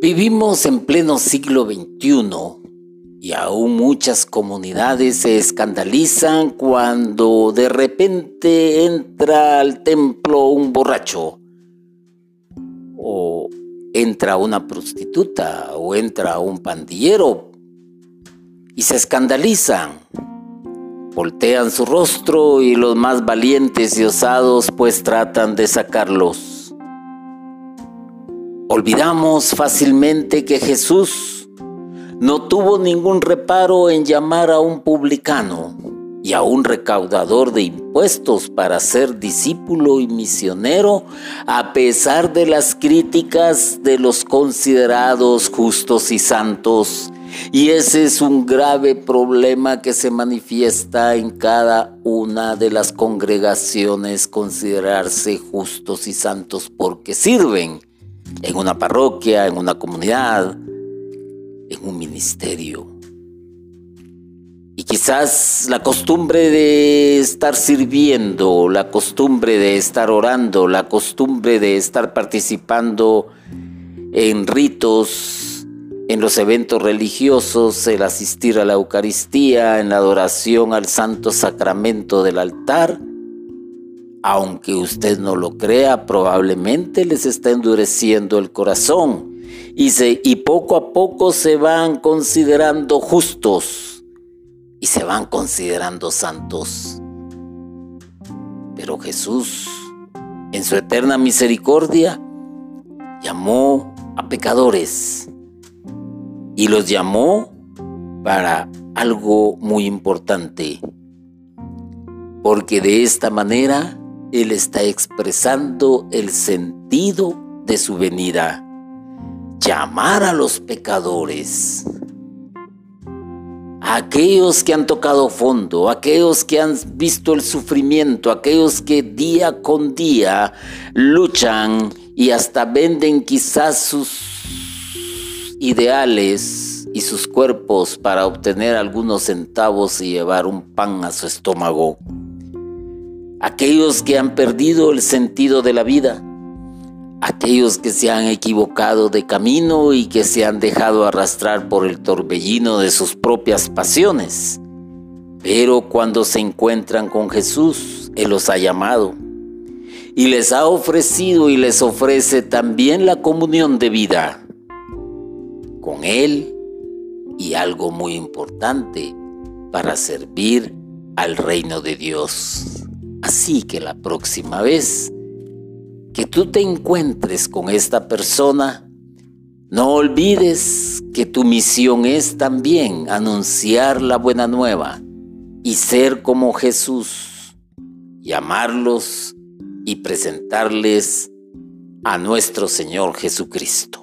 Vivimos en pleno siglo XXI y aún muchas comunidades se escandalizan cuando de repente entra al templo un borracho, o entra una prostituta, o entra un pandillero, y se escandalizan. Voltean su rostro y los más valientes y osados pues tratan de sacarlos. Olvidamos fácilmente que Jesús no tuvo ningún reparo en llamar a un publicano y a un recaudador de impuestos para ser discípulo y misionero, a pesar de las críticas de los considerados justos y santos. Y ese es un grave problema que se manifiesta en cada una de las congregaciones, considerarse justos y santos porque sirven en una parroquia, en una comunidad, en un ministerio. Y quizás la costumbre de estar sirviendo, la costumbre de estar orando, la costumbre de estar participando en ritos, en los eventos religiosos, el asistir a la Eucaristía, en la adoración al Santo Sacramento del altar, aunque usted no lo crea, probablemente les está endureciendo el corazón y poco a poco se van considerando justos y se van considerando santos. Pero Jesús, en su eterna misericordia, llamó a pecadores y los llamó para algo muy importante, porque de esta manera Él está expresando el sentido de su venida: llamar a los pecadores, a aquellos que han tocado fondo, a aquellos que han visto el sufrimiento, a aquellos que día con día luchan y hasta venden quizás sus ideales y sus cuerpos para obtener algunos centavos y llevar un pan a su estómago. Aquellos que han perdido el sentido de la vida, aquellos que se han equivocado de camino y que se han dejado arrastrar por el torbellino de sus propias pasiones. Pero cuando se encuentran con Jesús, Él los ha llamado y les ha ofrecido y les ofrece también la comunión de vida con Él y algo muy importante para servir al reino de Dios. Así que la próxima vez que tú te encuentres con esta persona, no olvides que tu misión es también anunciar la buena nueva y ser como Jesús, llamarlos y presentarles a nuestro Señor Jesucristo.